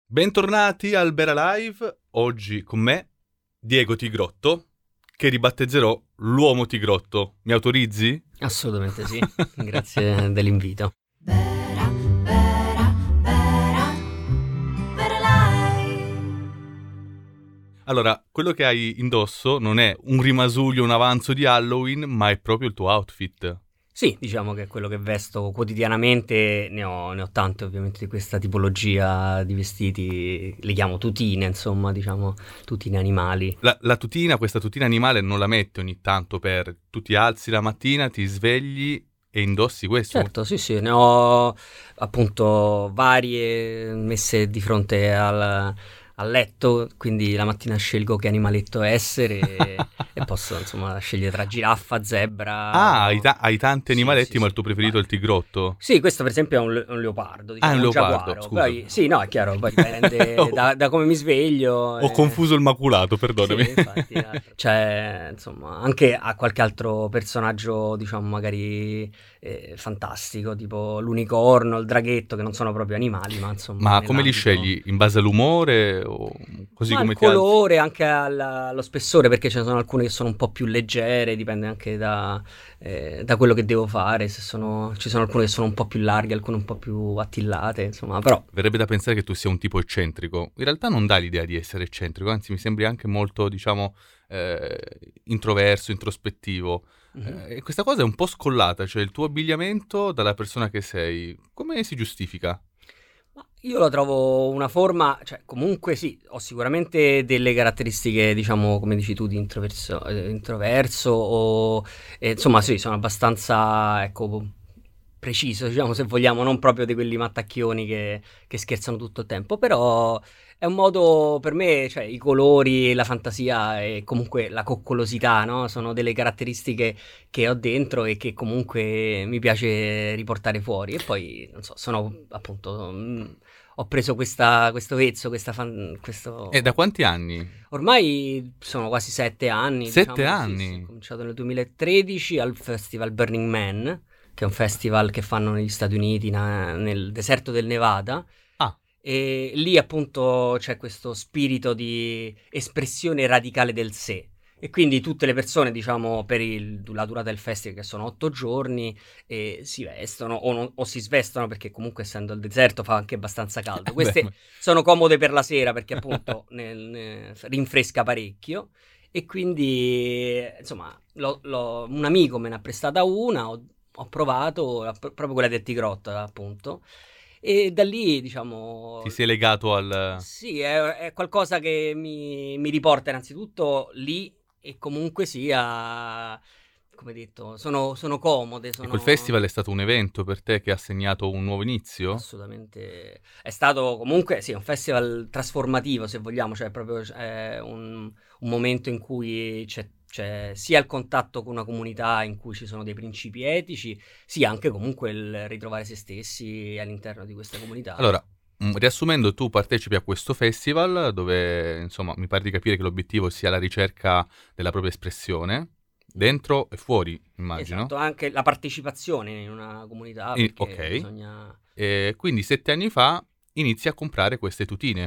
Bentornati al Bera Live, oggi con me Diego Tigrotto, che ribattezzerò l'uomo Tigrotto. Mi autorizzi? Assolutamente sì, grazie dell'invito. Bera, Bera, Bera, Bera Live. Allora, quello che hai indosso non è un rimasuglio, un avanzo di Halloween, ma è proprio il tuo outfit. Sì, diciamo che è quello che vesto quotidianamente, ne ho tante ovviamente di questa tipologia di vestiti, li chiamo tutine, insomma, diciamo tutine animali. Questa tutina animale non la metti ogni tanto tu ti alzi la mattina, ti svegli e indossi questo? Certo, sì, ne ho appunto varie messe di fronte al letto, quindi la mattina scelgo che animaletto essere e posso insomma scegliere tra giraffa, zebra. Hai tanti animaletti, ma il tuo preferito è il vai. tigrotto? Sì, questo per esempio è un leopardo, diciamo, È un leopardo, giaguaro. scusa. Poi, sì, no, è chiaro, poi dipende da come mi sveglio. Ho confuso il maculato, perdonami. Sì, infatti, c'è, insomma, anche a qualche altro personaggio, diciamo, magari fantastico, tipo l'unicorno, il draghetto, che non sono proprio animali, ma insomma... Ma come li scegli? In base all'umore o così Ma come al ti alzi? colore, anche allo spessore, perché ce ne sono alcune che sono un po' più leggere, dipende anche da quello che devo fare. Ci sono alcune che sono un po' più larghe, alcune un po' più attillate, insomma, però... Verrebbe da pensare che tu sia un tipo eccentrico. In realtà non dà l'idea di essere eccentrico, anzi mi sembri anche molto, diciamo, introverso, introspettivo. E questa cosa è un po' scollata, cioè il tuo abbigliamento dalla persona che sei, come si giustifica? Ma io lo trovo una forma, cioè comunque sì, ho sicuramente delle caratteristiche, diciamo, come dici tu, di introverso o insomma sì, sono abbastanza, ecco, preciso, diciamo, se vogliamo, non proprio di quelli mattacchioni che scherzano tutto il tempo, però è un modo per me, cioè i colori, la fantasia e comunque la coccolosità, no? Sono delle caratteristiche che ho dentro e che comunque mi piace riportare fuori. E poi, non so, sono appunto... ho preso questo vezzo, questo... E da quanti anni? Ormai sono quasi 7 anni. 7 diciamo, anni? Sì, ho cominciato nel 2013 al festival Burning Man, che è un festival che fanno negli Stati Uniti, nel deserto del Nevada. Ah. E lì appunto c'è questo spirito di espressione radicale del sé. E quindi tutte le persone, diciamo, per la durata del festival, che sono 8 giorni, si vestono o si svestono, perché comunque essendo il deserto fa anche abbastanza caldo. Queste sono comode per la sera perché appunto rinfresca parecchio. E quindi, insomma, un amico me ne ha prestata una, ho provato, proprio quella del Tigrotto, appunto. E da lì, diciamo... Ti sei legato al... Sì, è qualcosa che mi riporta innanzitutto lì e comunque sia, come detto, sono comode. E quel festival è stato un evento per te che ha segnato un nuovo inizio? Assolutamente. È stato comunque, sì, un festival trasformativo, se vogliamo, cioè proprio un momento in cui c'è sia il contatto con una comunità in cui ci sono dei principi etici, sia anche comunque il ritrovare se stessi all'interno di questa comunità. Allora, riassumendo, tu partecipi a questo festival dove, insomma, mi pare di capire che l'obiettivo sia la ricerca della propria espressione, dentro e fuori, immagino. Esatto, anche la partecipazione in una comunità, perché ok. bisogna... Quindi 7 anni fa inizi a comprare queste tutine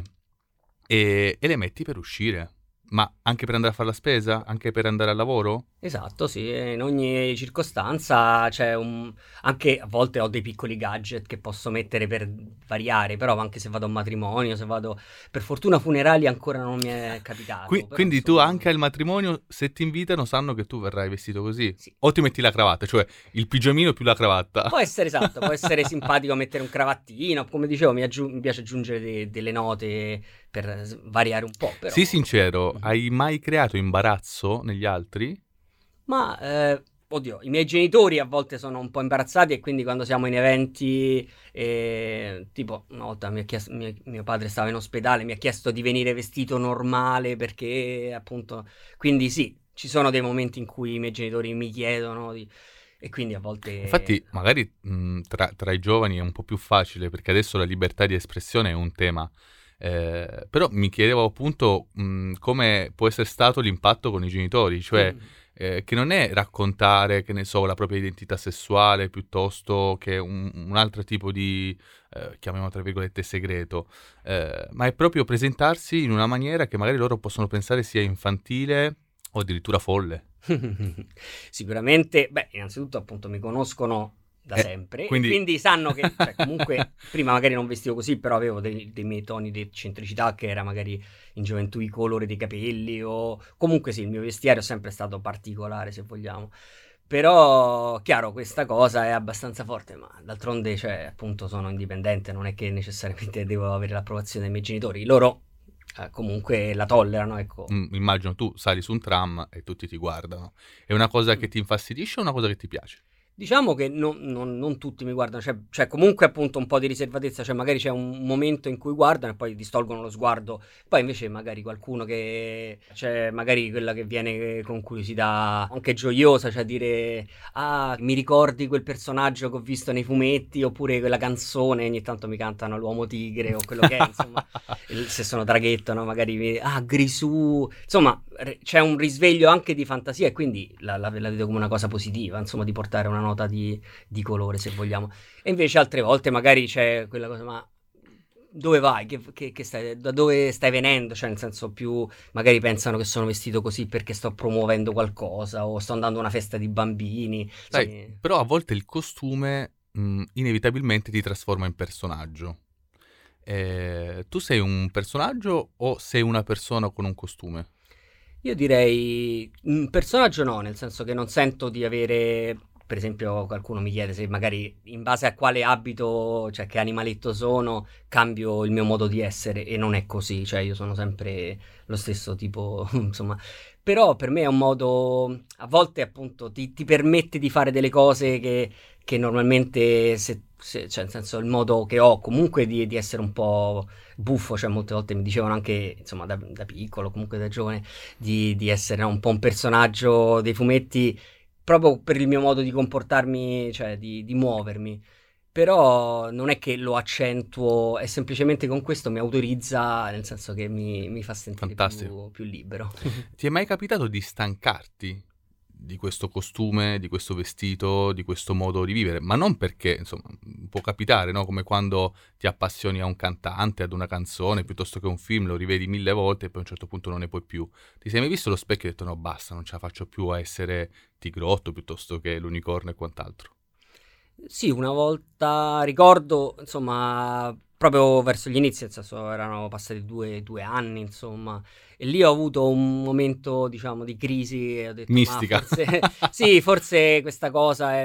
e le metti per uscire. Ma anche per andare a fare la spesa? Anche per andare al lavoro? Esatto, sì, in ogni circostanza c'è anche a volte ho dei piccoli gadget che posso mettere per variare, però anche se vado a un matrimonio, se vado... Per fortuna funerali ancora non mi è capitato. Però, Quindi insomma... tu anche al matrimonio, se ti invitano, sanno che tu verrai vestito così? Sì. O ti metti la cravatta, cioè il pigiamino più la cravatta? Può essere esatto, può essere simpatico mettere un cravattino, come dicevo mi piace aggiungere delle note per variare un po', però... Sii sincero, hai mai creato imbarazzo negli altri? Ma, oddio, i miei genitori a volte sono un po' imbarazzati e quindi quando siamo in eventi, tipo una volta mio padre stava in ospedale, mi ha chiesto di venire vestito normale perché appunto, quindi sì, ci sono dei momenti in cui i miei genitori mi chiedono e quindi a volte... Infatti magari tra i giovani è un po' più facile perché adesso la libertà di espressione è un tema. Però mi chiedevo appunto come può essere stato l'impatto con i genitori, cioè che non è raccontare, che ne so, la propria identità sessuale piuttosto che un altro tipo di, chiamiamolo tra virgolette, segreto, ma è proprio presentarsi in una maniera che magari loro possono pensare sia infantile o addirittura folle. Sicuramente, beh, innanzitutto appunto mi conoscono da sempre quindi- e quindi sanno che cioè, comunque prima magari non vestivo così, però avevo dei miei toni di eccentricità, che era magari in gioventù i colori dei capelli, o comunque sì, il mio vestiario è sempre stato particolare, se vogliamo. Però chiaro, questa cosa è abbastanza forte, ma d'altronde, cioè, appunto sono indipendente, non è che necessariamente devo avere l'approvazione dei miei genitori. Loro comunque la tollerano, ecco. Immagino tu sali su un tram e tutti ti guardano. È una cosa che ti infastidisce o una cosa che ti piace? Diciamo che non tutti mi guardano, cioè comunque appunto un po' di riservatezza, cioè magari c'è un momento in cui guardano e poi distolgono lo sguardo, poi invece magari qualcuno che, cioè magari quella che viene con curiosità anche gioiosa, cioè dire ah, mi ricordi quel personaggio che ho visto nei fumetti, oppure quella canzone, ogni tanto mi cantano l'uomo tigre o quello che è, insomma, se sono draghetto, no? Magari Grisù, insomma c'è un risveglio anche di fantasia e quindi la vedo come una cosa positiva, insomma, di portare una nota di colore, se vogliamo. E invece altre volte magari c'è quella cosa, ma dove vai? Che stai, da dove stai venendo? Cioè, nel senso, più magari pensano che sono vestito così perché sto promuovendo qualcosa o sto andando a una festa di bambini. Sai, Sì. però a volte il costume inevitabilmente ti trasforma in personaggio. Tu sei un personaggio o sei una persona con un costume? Io direi un personaggio no, nel senso che non sento di avere, per esempio qualcuno mi chiede se magari in base a quale abito, cioè che animaletto sono, cambio il mio modo di essere e non è così, cioè io sono sempre lo stesso tipo, insomma. Però per me è un modo, a volte appunto ti permette di fare delle cose che normalmente, cioè nel senso il modo che ho comunque di essere un po' buffo, cioè molte volte mi dicevano anche, insomma, da piccolo, comunque da giovane, di essere un po' un personaggio dei fumetti proprio per il mio modo di comportarmi, cioè di muovermi. Però non è che lo accentuo, è semplicemente con questo mi autorizza, nel senso che mi fa sentire Fantastico. più libero. Ti è mai capitato di stancarti di questo costume, di questo vestito, di questo modo di vivere? Ma non perché, insomma, può capitare, no? Come quando ti appassioni a un cantante, ad una canzone, piuttosto che un film, lo rivedi 1000 volte e poi a un certo punto non ne puoi più. Ti sei mai visto allo specchio e hai detto no, basta, non ce la faccio più a essere Tigrotto piuttosto che l'unicorno e quant'altro? Sì, una volta ricordo, insomma, proprio verso gli inizi, nel senso erano passati due anni, insomma, e lì ho avuto un momento, diciamo, di crisi e ho detto, Mistica. ma forse, sì, forse questa cosa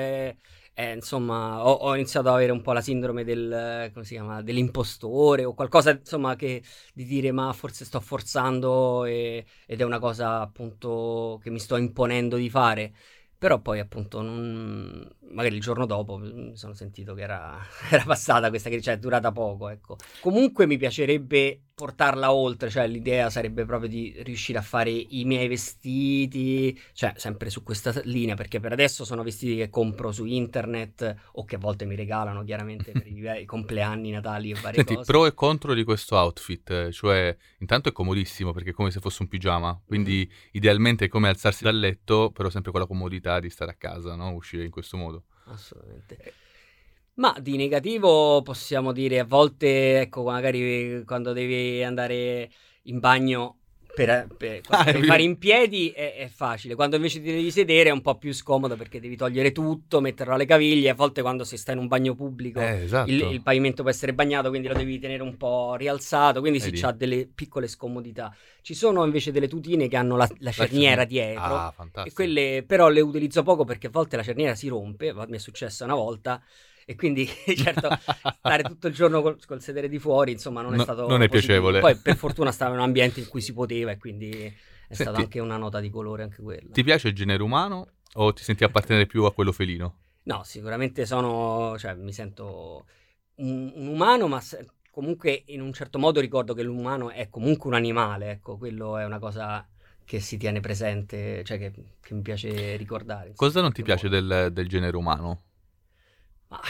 insomma, ho iniziato ad avere un po' la sindrome del, come si chiama, dell'impostore o qualcosa, insomma, di dire, ma forse sto forzando ed è una cosa, appunto, che mi sto imponendo di fare. Però poi appunto magari il giorno dopo mi sono sentito che era passata questa crisi, cioè è durata poco, ecco. Comunque mi piacerebbe portarla oltre, cioè l'idea sarebbe proprio di riuscire a fare i miei vestiti, cioè sempre su questa linea, perché per adesso sono vestiti che compro su internet o che a volte mi regalano chiaramente per i compleanni, Natali e varie Senti, cose. pro e contro di questo outfit, cioè intanto è comodissimo perché è come se fosse un pigiama, quindi idealmente è come alzarsi dal letto, però sempre con la comodità di stare a casa, no? Uscire in questo modo. Assolutamente. Ma di negativo possiamo dire a volte, ecco, magari quando devi andare in bagno quando devi fare in piedi è facile, quando invece ti devi sedere è un po' più scomodo perché devi togliere tutto, metterlo alle caviglie, a volte quando si sta in un bagno pubblico Esatto. il pavimento può essere bagnato, quindi lo devi tenere un po' rialzato, quindi Vedi? sì, c'ha delle piccole scomodità. Ci sono invece delle tutine che hanno la cerniera dietro. Ah, E fantastico. quelle però le utilizzo poco perché a volte la cerniera si rompe, mi è successo una volta, e quindi certo stare tutto il giorno col sedere di fuori, insomma, non è stato non è positivo. piacevole. Poi per fortuna stavo in un ambiente in cui si poteva e quindi è stata Senti, anche una nota di colore anche quella. ti piace il genere umano o ti senti appartenere più a quello felino? No, sicuramente cioè mi sento un umano, ma comunque in un certo modo ricordo che l'umano è comunque un animale, ecco, quello è una cosa che si tiene presente, cioè che mi piace ricordare. Insomma, Cosa non ti che piace del genere umano? Ma,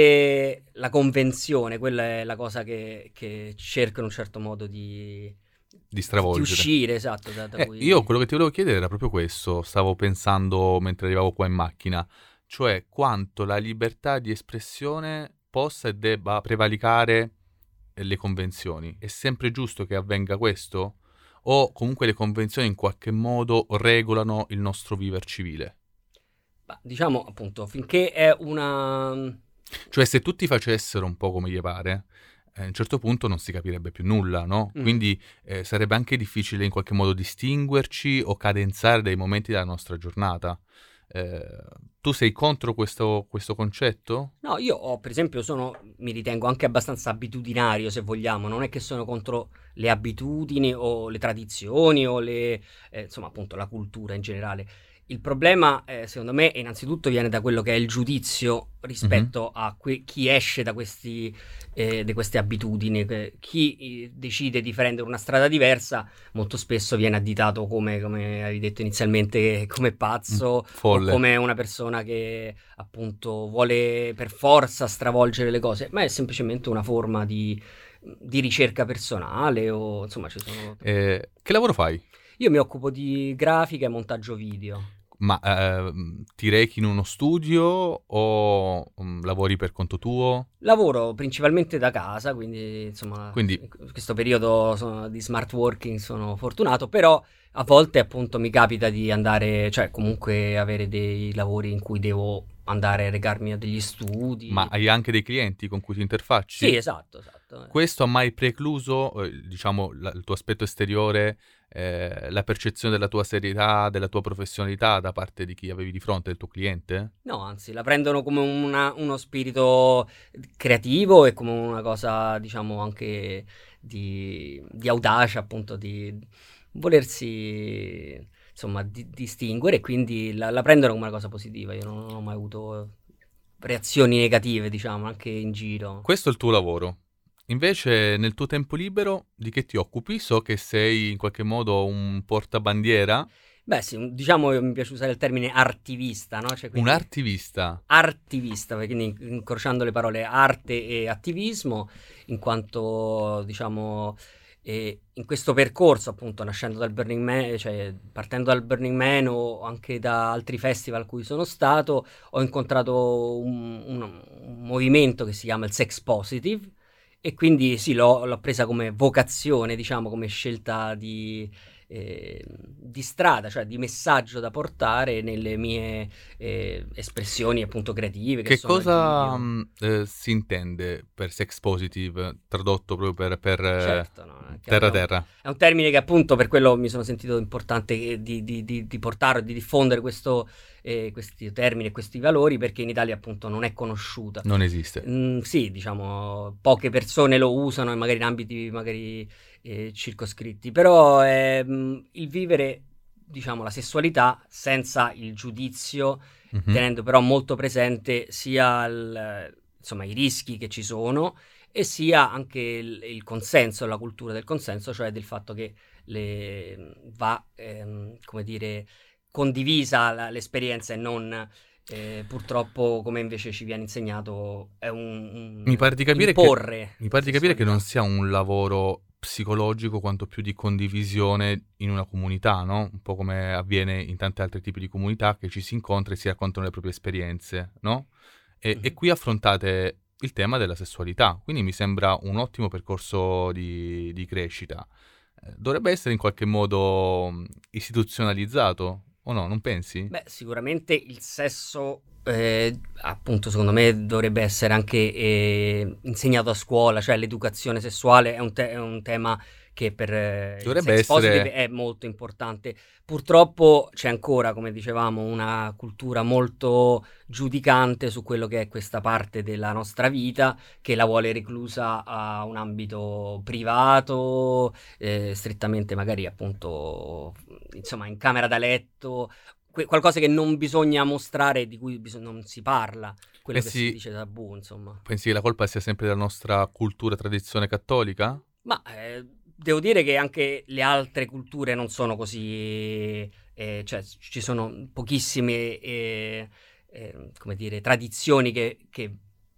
sicuramente la convenzione, quella è la cosa che cerco in un certo modo di stravolgere. Di uscire, esatto, da cui... Io quello che ti volevo chiedere era proprio questo, stavo pensando mentre arrivavo qua in macchina, cioè quanto la libertà di espressione possa e debba prevalicare le convenzioni. È sempre giusto che avvenga questo? O comunque le convenzioni in qualche modo regolano il nostro viver civile? Ma, diciamo, appunto, finché è una... Cioè se tutti facessero un po' come gli pare, a un certo punto non si capirebbe più nulla, no? Quindi sarebbe anche difficile in qualche modo distinguerci o cadenzare dei momenti della nostra giornata. Tu sei contro questo concetto? No, io per esempio mi ritengo anche abbastanza abitudinario, se vogliamo, non è che sono contro le abitudini o le tradizioni o insomma, appunto, la cultura in generale. Il problema, secondo me, innanzitutto viene da quello che è il giudizio rispetto a chi esce da di queste abitudini. Chi decide di prendere una strada diversa molto spesso viene additato come avevi detto inizialmente, come pazzo, folle. o come una persona che appunto vuole per forza stravolgere le cose, ma è semplicemente una forma di ricerca personale, o insomma ci sono... Che lavoro fai? Io mi occupo di grafica e montaggio video. Ma ti rechi in uno studio o lavori per conto tuo? Lavoro principalmente da casa, quindi insomma Quindi- in questo periodo di smart working sono fortunato, però a volte appunto mi capita di andare, cioè comunque avere dei lavori in cui devo andare a recarmi a degli studi. Ma hai anche dei clienti con cui ti interfacci? Sì, esatto. Questo ha mai precluso, diciamo, il tuo aspetto esteriore, la percezione della tua serietà, della tua professionalità da parte di chi avevi di fronte, del tuo cliente? No, anzi, la prendono come uno spirito creativo e come una cosa, diciamo, anche di audacia, appunto, di volersi, insomma, distinguere, e quindi la prendono come una cosa positiva. Io non ho mai avuto reazioni negative, diciamo, anche in giro. Questo è il tuo lavoro. Invece, nel tuo tempo libero, di che ti occupi? So che sei in qualche modo un portabandiera, Beh, sì, diciamo, mi piace usare il termine artivista, no? Cioè, un quindi artivista. artivista, quindi incrociando le parole arte e attivismo, in quanto, diciamo, in questo percorso, appunto, nascendo dal Burning Man, cioè partendo dal Burning Man o anche da altri festival a cui sono stato, ho incontrato un movimento che si chiama il Sex Positive, e quindi sì, l'ho presa come vocazione, diciamo, come scelta di strada, cioè di messaggio da portare nelle mie espressioni appunto creative, che Che sono il cosa video. si intende per sex positive, tradotto proprio per Certo, no, è terra chiaro, terra? è un termine che appunto per quello mi sono sentito importante di portare, di diffondere questi termini e questi valori, perché in Italia appunto non è conosciuta. Non esiste. Sì, diciamo, poche persone lo usano, e magari in ambiti magari circoscritti, però il vivere, diciamo, la sessualità senza il giudizio, Mhm. tenendo però molto presente sia insomma, i rischi che ci sono, e sia anche il consenso, la cultura del consenso, cioè del fatto che va, come dire, condivisa l'esperienza, e non purtroppo, come invece ci viene insegnato, è Mi pare di capire imporre mi pare di capire che non sessualità. sia un lavoro psicologico quanto più di condivisione in una comunità, no? Un po' come avviene in tanti altri tipi di comunità, che ci si incontra e si raccontano le proprie esperienze, no? E Mhm. qui affrontate il tema della sessualità, quindi mi sembra un ottimo percorso di crescita. Dovrebbe essere in qualche modo istituzionalizzato, o no? Non pensi? Beh, sicuramente il sesso, appunto, secondo me dovrebbe essere anche insegnato a scuola, cioè l'educazione sessuale è un tema che per il Dovrebbe sex positive essere... è molto importante. Purtroppo c'è ancora, come dicevamo, una cultura molto giudicante su quello che è questa parte della nostra vita, che la vuole reclusa a un ambito privato, strettamente magari appunto, insomma, in camera da letto, qualcosa che non bisogna mostrare, di cui non si parla, quello che si Pensi, dice tabù, insomma. pensi che la colpa sia sempre della nostra cultura, tradizione cattolica? Ma devo dire che anche le altre culture non sono così, cioè ci sono pochissime, come dire, tradizioni che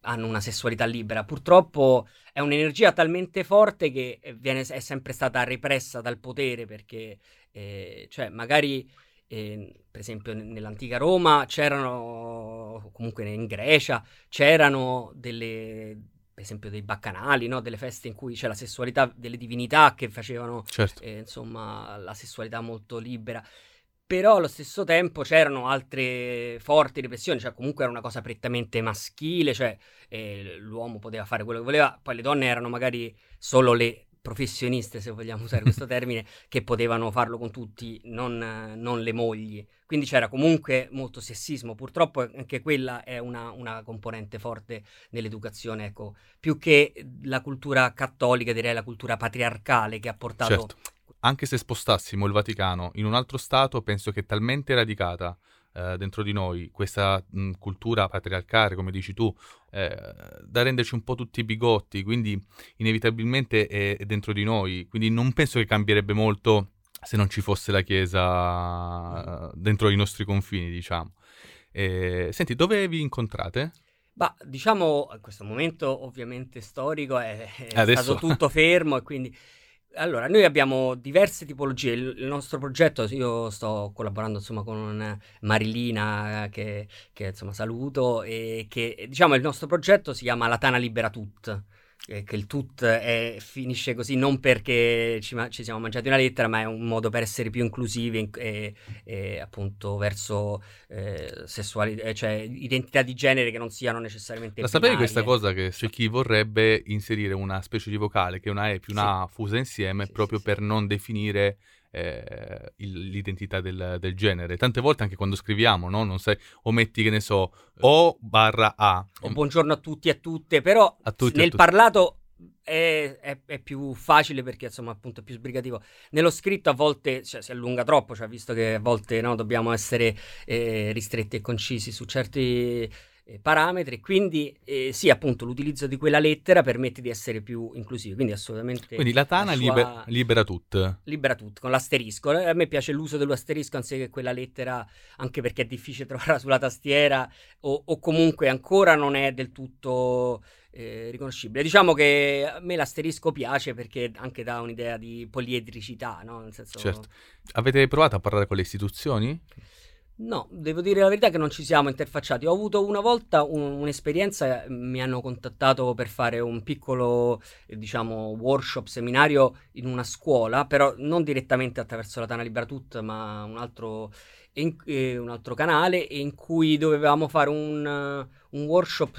hanno una sessualità libera. Purtroppo è un'energia talmente forte che è sempre stata repressa dal potere, perché cioè magari per esempio nell'antica Roma c'erano, comunque in Grecia c'erano per esempio dei baccanali, no? Delle feste in cui c'è la sessualità delle divinità che facevano Certo. insomma la sessualità molto libera. Però allo stesso tempo c'erano altre forti repressioni, cioè comunque era una cosa prettamente maschile, cioè l'uomo poteva fare quello che voleva, poi le donne erano magari solo le professioniste, se vogliamo usare questo termine, che potevano farlo con tutti, non le mogli. Quindi c'era comunque molto sessismo. Purtroppo anche quella è una componente forte nell'educazione, ecco, più che la cultura cattolica, direi la cultura patriarcale che ha portato... Certo. Anche se spostassimo il Vaticano in un altro stato, penso che è talmente radicata dentro di noi questa cultura patriarcale, come dici tu, da renderci un po' tutti bigotti, quindi inevitabilmente è dentro di noi, quindi non penso che cambierebbe molto se non ci fosse la Chiesa dentro i nostri confini, diciamo. Senti, dove vi incontrate? Bah, diciamo, in questo momento ovviamente storico è Adesso stato tutto fermo e quindi... Allora, noi abbiamo diverse tipologie. Il nostro progetto, io sto collaborando insomma con Marilina, che insomma saluto, e che diciamo il nostro progetto si chiama La Tana Libera Tut. Che il tut finisce così non perché ci siamo mangiati una lettera, ma è un modo per essere più inclusivi e appunto verso cioè identità di genere che non siano necessariamente la sapevi binarie. questa cosa, che c'è chi vorrebbe inserire una specie di vocale che è una E più una A fusa insieme proprio per non definire l'identità del genere. Tante volte anche quando scriviamo, no? Non sai, o metti, che ne so, O/A. O buongiorno a tutti e a tutte, però A tutti, nel a tutti. parlato è più facile perché insomma appunto è più sbrigativo. Nello scritto a volte si allunga troppo, cioè visto che a volte no, dobbiamo essere ristretti e concisi su certi parametri, quindi sì, appunto l'utilizzo di quella lettera permette di essere più inclusivi, quindi assolutamente Quindi la Tana libera tutto. libera tutto, con l'asterisco. A me piace l'uso dell'asterisco anziché quella lettera, anche perché è difficile trovarla sulla tastiera o comunque ancora non è del tutto riconoscibile. Diciamo che a me l'asterisco piace perché anche dà un'idea di poliedricità, no? Nel senso... Certo. Avete provato a parlare con le istituzioni? No, devo dire la verità che non ci siamo interfacciati. Ho avuto una volta un'esperienza, mi hanno contattato per fare un piccolo, diciamo, workshop, seminario in una scuola, però non direttamente attraverso la Tana Libera Tut, ma un altro canale in cui dovevamo fare un workshop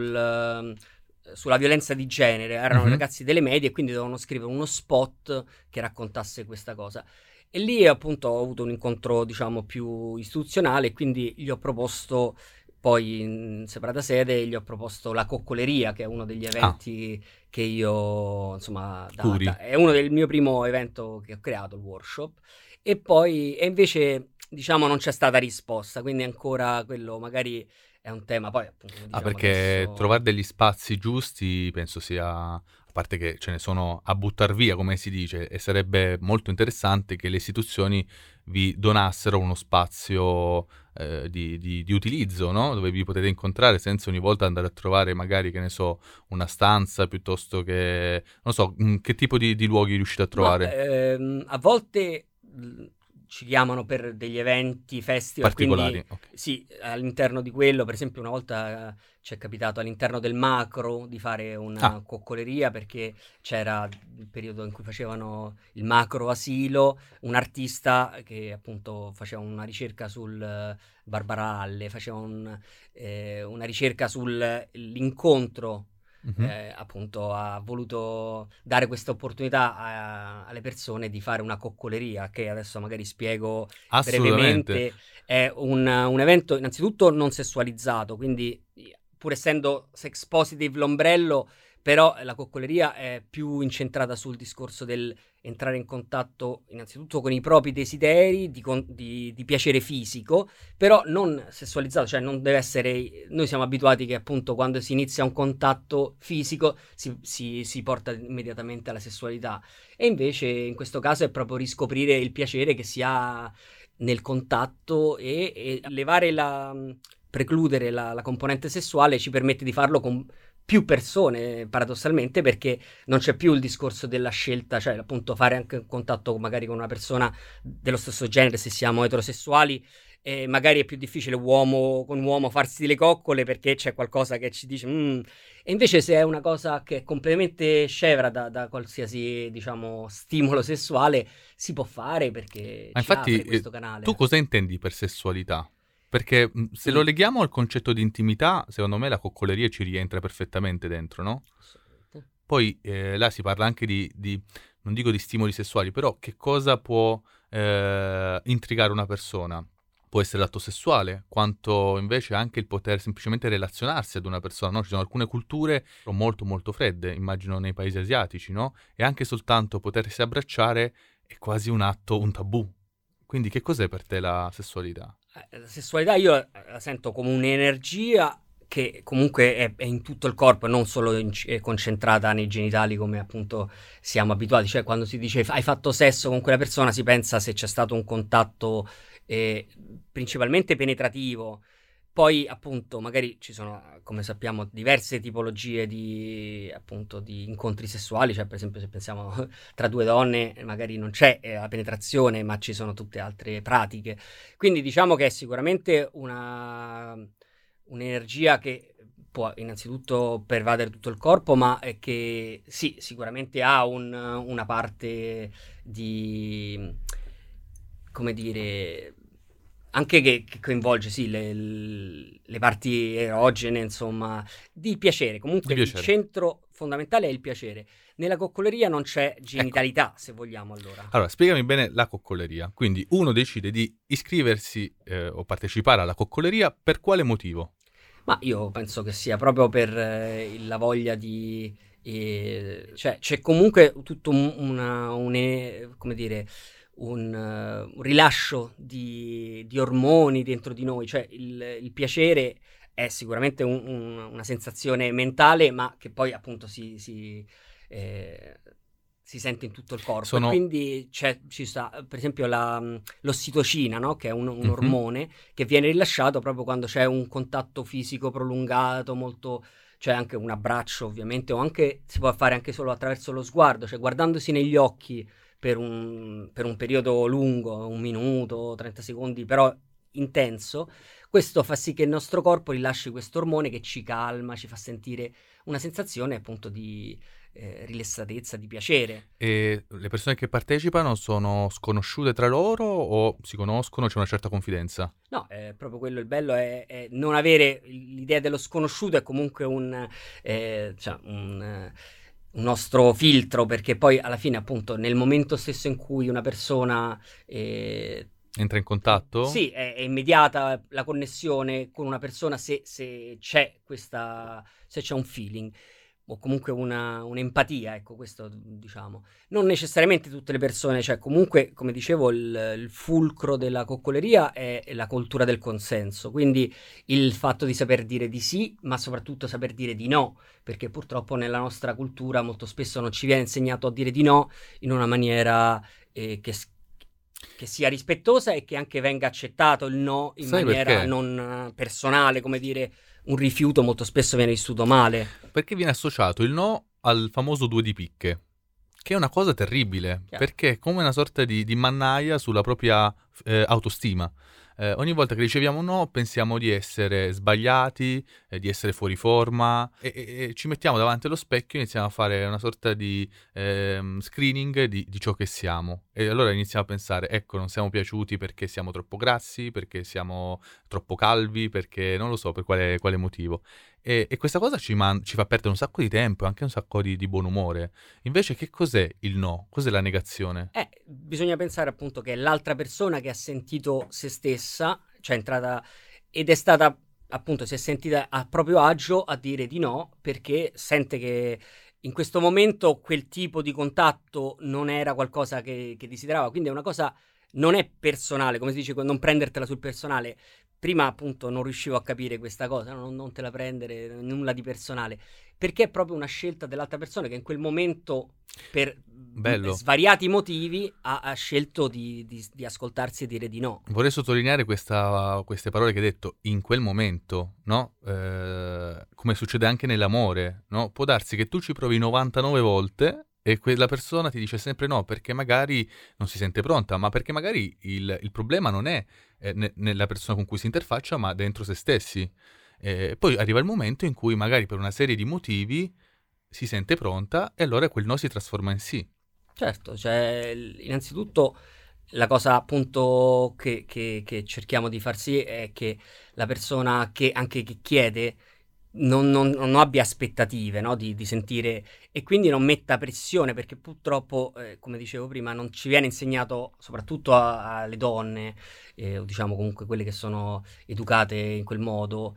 sulla violenza di genere. Erano ragazzi delle medie e quindi dovevano scrivere uno spot che raccontasse questa cosa. E lì appunto ho avuto un incontro, diciamo, più istituzionale, quindi gli ho proposto, poi in separata sede, gli ho proposto la coccoleria, che è uno degli eventi che io, insomma, è uno del mio primo evento che ho creato, il workshop, e invece, diciamo, non c'è stata risposta, quindi ancora quello magari è un tema, poi appunto... Diciamo, perché adesso... trovare degli spazi giusti penso sia... A parte che ce ne sono a buttar via, come si dice, e sarebbe molto interessante che le istituzioni vi donassero uno spazio di utilizzo, no? Dove vi potete incontrare senza ogni volta andare a trovare magari, che ne so, una stanza piuttosto che... Non so, che tipo di luoghi riuscite a trovare? A volte... ci chiamano per degli eventi, festival particolari, quindi okay. Sì, all'interno di quello, per esempio una volta ci è capitato all'interno del Macro di fare una coccoleria, perché c'era il periodo in cui facevano il Macro Asilo, un artista che appunto faceva una ricerca sul Barbara Halle, faceva una ricerca sull'incontro. Appunto ha voluto dare questa opportunità alle persone di fare una coccoleria, che adesso magari spiego brevemente. È un evento innanzitutto non sessualizzato, quindi pur essendo sex positive l'ombrello, però la coccoleria è più incentrata sul discorso del entrare in contatto innanzitutto con i propri desideri di piacere fisico, però non sessualizzato, cioè non deve essere... Noi siamo abituati che appunto quando si inizia un contatto fisico si porta immediatamente alla sessualità, e invece in questo caso è proprio riscoprire il piacere che si ha nel contatto e levare precludere la componente sessuale ci permette di farlo con più persone, paradossalmente, perché non c'è più il discorso della scelta, cioè appunto fare anche un contatto magari con una persona dello stesso genere, se siamo eterosessuali, magari è più difficile uomo con uomo farsi delle coccole perché c'è qualcosa che ci dice e invece se è una cosa che è completamente scevra da qualsiasi, diciamo, stimolo sessuale, si può fare perché Ma ci apre infatti, questo canale. tu cosa intendi per sessualità? Perché se lo leghiamo al concetto di intimità, secondo me la coccoleria ci rientra perfettamente dentro, no? Assolutamente. Poi là si parla anche non dico di stimoli sessuali, però che cosa può intrigare una persona? Può essere l'atto sessuale, quanto invece anche il poter semplicemente relazionarsi ad una persona, no? Ci sono alcune culture molto molto fredde, immagino nei paesi asiatici, no? E anche soltanto potersi abbracciare è quasi un atto, un tabù. Quindi che cos'è per te la sessualità? La sessualità io la sento come un'energia che comunque è in tutto il corpo e non solo concentrata nei genitali come appunto siamo abituati, cioè quando si dice hai fatto sesso con quella persona si pensa se c'è stato un contatto principalmente penetrativo. Poi appunto magari ci sono, come sappiamo, diverse tipologie di incontri sessuali, cioè per esempio se pensiamo tra due donne magari non c'è la penetrazione, ma ci sono tutte altre pratiche. Quindi diciamo che è sicuramente un'energia che può innanzitutto pervadere tutto il corpo, ma è che sì, sicuramente ha una parte di, come dire, anche che coinvolge sì le parti erogene, insomma, di piacere. Comunque Di il piacere. centro fondamentale è il piacere. Nella coccoleria non c'è genitalità, se vogliamo, allora. Allora, spiegami bene la coccoleria. Quindi uno decide di iscriversi o partecipare alla coccoleria per quale motivo? Ma io penso che sia proprio per la voglia di... cioè c'è comunque tutto come dire, un rilascio di ormoni dentro di noi, cioè il piacere è sicuramente una sensazione mentale, ma che poi appunto si sente in tutto il corpo. Sono- E quindi ci sta, per esempio, l'ossitocina, no? Che è un Mhm. ormone che viene rilasciato proprio quando c'è un contatto fisico prolungato, molto... C'è anche un abbraccio, ovviamente, o anche si può fare anche solo attraverso lo sguardo, cioè guardandosi negli occhi per un periodo lungo, 1 minuto, 30 secondi, però intenso. Questo fa sì che il nostro corpo rilasci questo ormone che ci calma, ci fa sentire una sensazione appunto di rilassatezza, di piacere. E le persone che partecipano sono sconosciute tra loro o si conoscono, c'è una certa confidenza? No, è proprio quello il bello, è non avere l'idea dello sconosciuto, è comunque un nostro filtro, perché poi alla fine appunto nel momento stesso in cui una persona Entra in contatto? sì, è immediata la connessione con una persona se c'è se c'è un feeling o comunque un'empatia, ecco, questo diciamo. Non necessariamente tutte le persone, cioè comunque, come dicevo, il fulcro della coccoleria è la cultura del consenso, quindi il fatto di saper dire di sì, ma soprattutto saper dire di no, perché purtroppo nella nostra cultura molto spesso non ci viene insegnato a dire di no in una maniera che sia rispettosa e che anche venga accettato il no in Sai maniera perché? non personale, come dire, un rifiuto molto spesso viene vissuto male. Perché viene associato il no al famoso 2 di picche, che è una cosa terribile, Chiaro. perché è come una sorta di mannaia sulla propria autostima. Ogni volta che riceviamo un no pensiamo di essere sbagliati, di essere fuori forma e ci mettiamo davanti allo specchio e iniziamo a fare una sorta di screening di ciò che siamo. E allora iniziamo a pensare, ecco, non siamo piaciuti perché siamo troppo grassi, perché siamo troppo calvi, perché non lo so per quale motivo. E questa cosa ci fa perdere un sacco di tempo e anche un sacco di buon umore. Invece che cos'è il no? Cos'è la negazione? Bisogna pensare appunto che è l'altra persona che ha sentito se stessa, cioè è entrata ed è stata appunto si è sentita a proprio agio a dire di no perché sente che in questo momento quel tipo di contatto non era qualcosa che desiderava, quindi è una cosa non è personale, come si dice, non prendertela sul personale, prima appunto non riuscivo a capire questa cosa, non te la prendere, nulla di personale, perché è proprio una scelta dell'altra persona che in quel momento, per Bello. svariati motivi, ha scelto di ascoltarsi e dire di no. Vorrei sottolineare queste parole che hai detto, in quel momento, no? Come succede anche nell'amore, no? Può darsi che tu ci provi 99 volte e quella persona ti dice sempre no, perché magari non si sente pronta, ma perché magari il problema non è nella persona con cui si interfaccia, ma dentro se stessi. Poi arriva il momento in cui magari per una serie di motivi si sente pronta e allora quel no si trasforma in sì. Certo, cioè innanzitutto la cosa appunto che cerchiamo di far sì è che la persona che chiede non abbia aspettative, no? Di sentire, e quindi non metta pressione, perché purtroppo, come dicevo prima, non ci viene insegnato, soprattutto alle donne, o diciamo comunque quelle che sono educate in quel modo,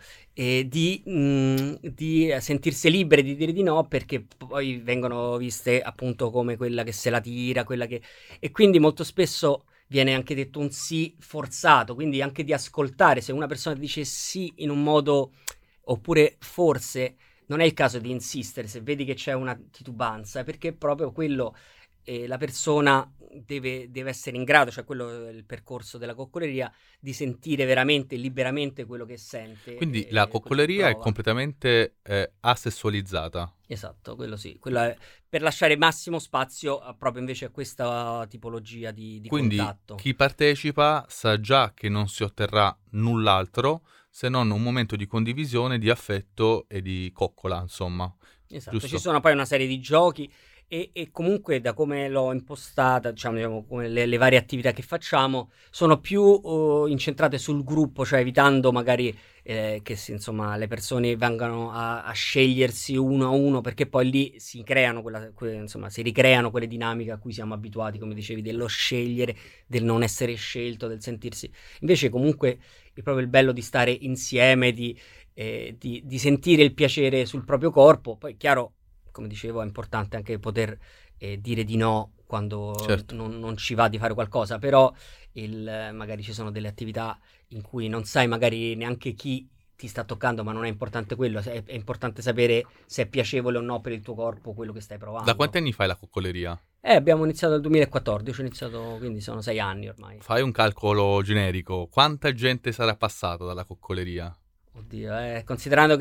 di sentirsi libere di dire di no, perché poi vengono viste appunto come quella che se la tira, e quindi molto spesso viene anche detto un sì forzato, quindi anche di ascoltare. Se una persona dice sì in un modo, oppure forse, non è il caso di insistere se vedi che c'è una titubanza, perché proprio quello, la persona deve essere in grado, cioè quello è il percorso della coccoleria, di sentire veramente, liberamente quello che sente. Quindi la quello che coccoleria è prova. completamente asessualizzata. Esatto, quello sì, quello è per lasciare massimo spazio proprio invece a questa tipologia di Quindi contatto. chi partecipa sa già che non si otterrà null'altro se non un momento di condivisione, di affetto e di coccola, insomma. Esatto, Giusto? ci sono poi una serie di giochi e comunque da come l'ho impostata, diciamo come le varie attività che facciamo, sono più incentrate sul gruppo, cioè evitando magari insomma, le persone vengano a scegliersi uno a uno, perché poi lì si creano insomma, si ricreano quelle dinamiche a cui siamo abituati, come dicevi, dello scegliere, del non essere scelto, del sentirsi. Invece comunque è proprio il bello di stare insieme, di sentire il piacere sul proprio corpo. Poi chiaro, come dicevo, è importante anche poter dire di no quando Certo. non ci va di fare qualcosa, però magari ci sono delle attività in cui non sai magari neanche chi ti sta toccando, ma non è importante quello, è importante sapere se è piacevole o no per il tuo corpo quello che stai provando. Da quanti anni fai la coccoleria? Abbiamo iniziato nel 2014, ho iniziato, quindi sono 6 anni ormai. Fai un calcolo generico. Quanta gente sarà passata dalla coccoleria? Oddio, considerando che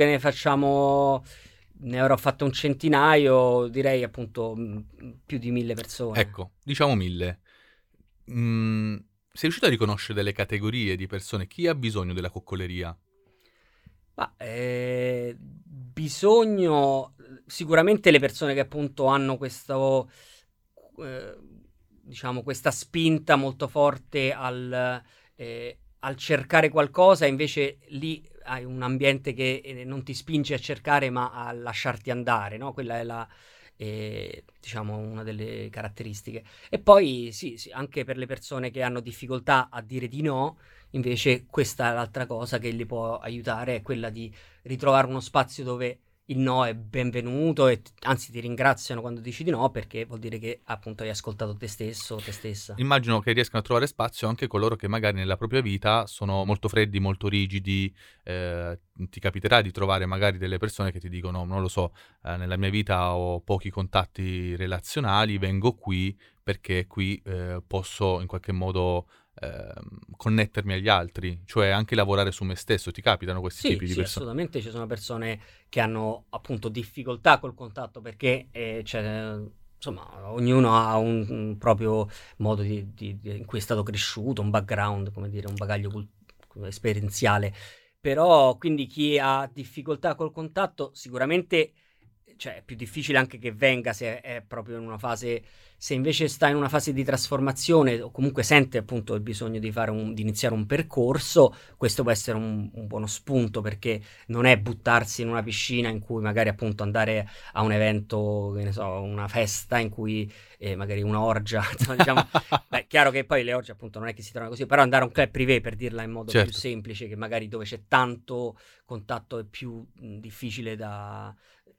ne avrò fatto un centinaio, direi appunto più di 1000 persone. Ecco, diciamo 1000. Sei riuscito a riconoscere delle categorie di persone? Chi ha bisogno della coccoleria? Ma bisogno sicuramente le persone che appunto hanno questo, diciamo, questa spinta molto forte al cercare qualcosa, invece lì hai un ambiente che non ti spinge a cercare ma a lasciarti andare, no? Quella è diciamo una delle caratteristiche. E poi sì, anche per le persone che hanno difficoltà a dire di no, invece questa è l'altra cosa che li può aiutare, è quella di ritrovare uno spazio dove il no è benvenuto e anzi ti ringraziano quando dici di no, perché vuol dire che appunto hai ascoltato te stesso o te stessa. Immagino che riescano a trovare spazio anche coloro che magari nella propria vita sono molto freddi, molto rigidi. Ti capiterà di trovare magari delle persone che ti dicono, non lo so, nella mia vita ho pochi contatti relazionali, vengo qui perché qui posso in qualche modo connettermi agli altri, cioè anche lavorare su me stesso. Ti capitano questi tipi di Sì, persone? assolutamente ci sono persone che hanno appunto difficoltà col contatto perché insomma, ognuno ha un proprio modo in cui è stato cresciuto, un background, come dire, un bagaglio esperienziale. Però quindi chi ha difficoltà col contatto sicuramente, cioè, è più difficile anche che venga se è proprio in una fase. Se invece sta in una fase di trasformazione o comunque sente appunto il bisogno di iniziare un percorso, questo può essere un buono spunto, perché non è buttarsi in una piscina in cui magari appunto andare a un evento, che ne so, una festa in cui magari un'orgia, diciamo. Beh, chiaro che poi le orge appunto non è che si trovano così, però andare a un club privé, per dirla in modo Certo. più semplice, che magari dove c'è tanto contatto è più difficile da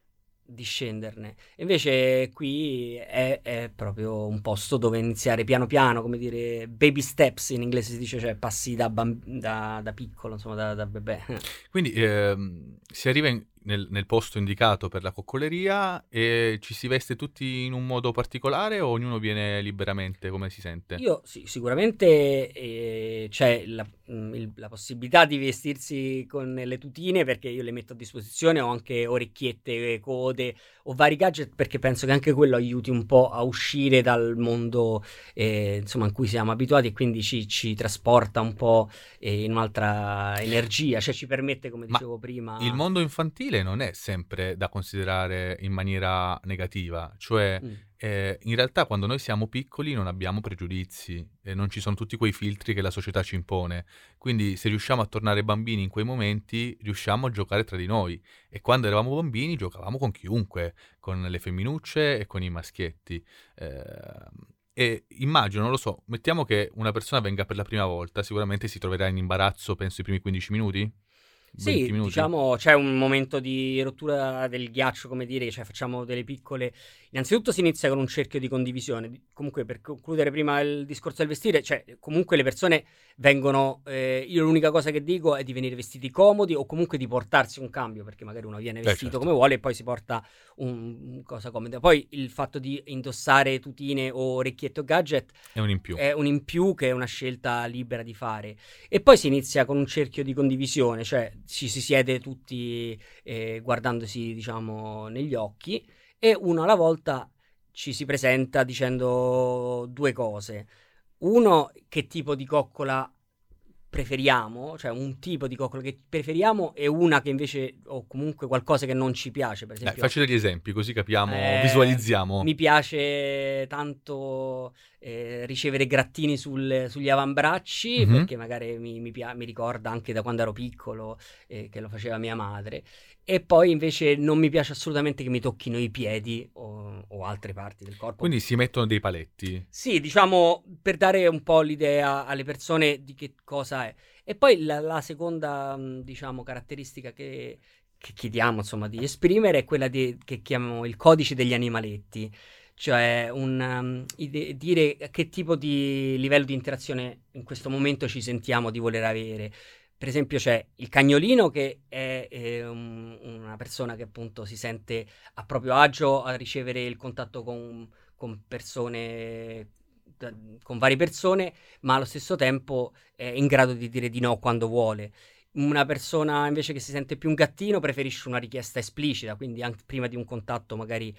discenderne. Invece qui è proprio un posto dove iniziare piano piano, come dire, baby steps in inglese si dice, cioè passi da piccolo, insomma, da bebè. Quindi si arriva nel posto indicato per la coccoleria e ci si veste tutti in un modo particolare o ognuno viene liberamente come si sente? Io sì, sicuramente c'è la possibilità di vestirsi con le tutine, perché io le metto a disposizione, ho anche orecchiette, code o vari gadget, perché penso che anche quello aiuti un po' a uscire dal mondo insomma in cui siamo abituati, e quindi ci trasporta un po' in un'altra energia, cioè ci permette, come Ma dicevo prima. il mondo infantile non è sempre da considerare in maniera negativa, cioè Mm. in realtà quando noi siamo piccoli non abbiamo pregiudizi e non ci sono tutti quei filtri che la società ci impone, quindi se riusciamo a tornare bambini in quei momenti riusciamo a giocare tra di noi, e quando eravamo bambini giocavamo con chiunque, con le femminucce e con i maschietti. E immagino, non lo so, mettiamo che una persona venga per la prima volta, sicuramente si troverà in imbarazzo, penso, i primi 15 minuti? 20 Sì, minuti? diciamo c'è un momento di rottura del ghiaccio, come dire, cioè facciamo delle piccole. Innanzitutto si inizia con un cerchio di condivisione. Comunque, per concludere prima il discorso del vestire, cioè comunque le persone vengono. Io l'unica cosa che dico è di venire vestiti comodi, o comunque di portarsi un cambio, perché magari uno viene vestito Certo. come vuole e poi si porta un cosa comoda. Poi il fatto di indossare tutine o orecchiette o gadget È un in più. è un in più, che è una scelta libera di fare. E poi si inizia con un cerchio di condivisione, cioè ci si siede tutti guardandosi, diciamo, negli occhi, e uno alla volta ci si presenta dicendo due cose. Uno, che tipo di coccola preferiamo, cioè un tipo di coccola che preferiamo, e una che invece, o comunque qualcosa che non ci piace, per Dai, esempio. facci degli esempi così capiamo, Eh, visualizziamo. Mi piace tanto ricevere grattini sugli avambracci, Mhm. perché magari mi ricorda anche da quando ero piccolo, che lo faceva mia madre. E poi invece non mi piace assolutamente che mi tocchino i piedi o altre parti del corpo. Quindi si mettono dei paletti. Sì, diciamo, per dare un po' l'idea alle persone di che cosa è. E poi la seconda, diciamo, caratteristica che chiediamo, insomma, di esprimere è quella che chiamiamo il codice degli animaletti, cioè dire a che tipo di livello di interazione in questo momento ci sentiamo di voler avere. Per esempio c'è il cagnolino, che è una persona che appunto si sente a proprio agio a ricevere il contatto con persone, con varie persone, ma allo stesso tempo è in grado di dire di no quando vuole. Una persona invece che si sente più un gattino preferisce una richiesta esplicita, quindi anche prima di un contatto magari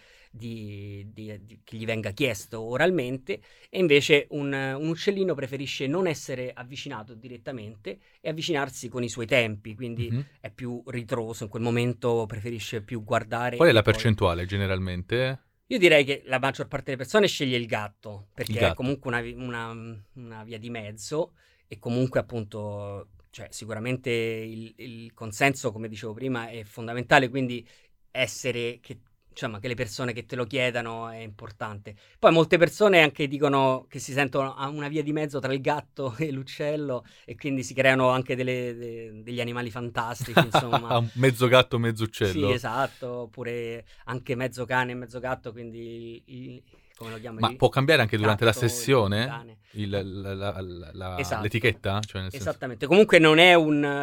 che gli venga chiesto oralmente, e invece un uccellino preferisce non essere avvicinato direttamente e avvicinarsi con i suoi tempi, quindi Mhm. è più ritroso, in quel momento preferisce più guardare. Qual è e la poi- percentuale generalmente? Io direi che la maggior parte delle persone sceglie il gatto, Il perché è gatto. comunque una via di mezzo, e comunque appunto, cioè, sicuramente il consenso, come dicevo prima, è fondamentale, quindi essere che, insomma, che le persone che te lo chiedano è importante. Poi molte persone anche dicono che si sentono a una via di mezzo tra il gatto e l'uccello, e quindi si creano anche degli animali fantastici, insomma. Mezzo gatto, mezzo Sì, uccello. esatto, oppure anche mezzo cane e mezzo gatto, quindi come lo chiamano? Ma può cambiare anche durante la gatto, il sessione cane. la- Esatto. l'etichetta? Cioè nel senso... Esattamente, comunque non è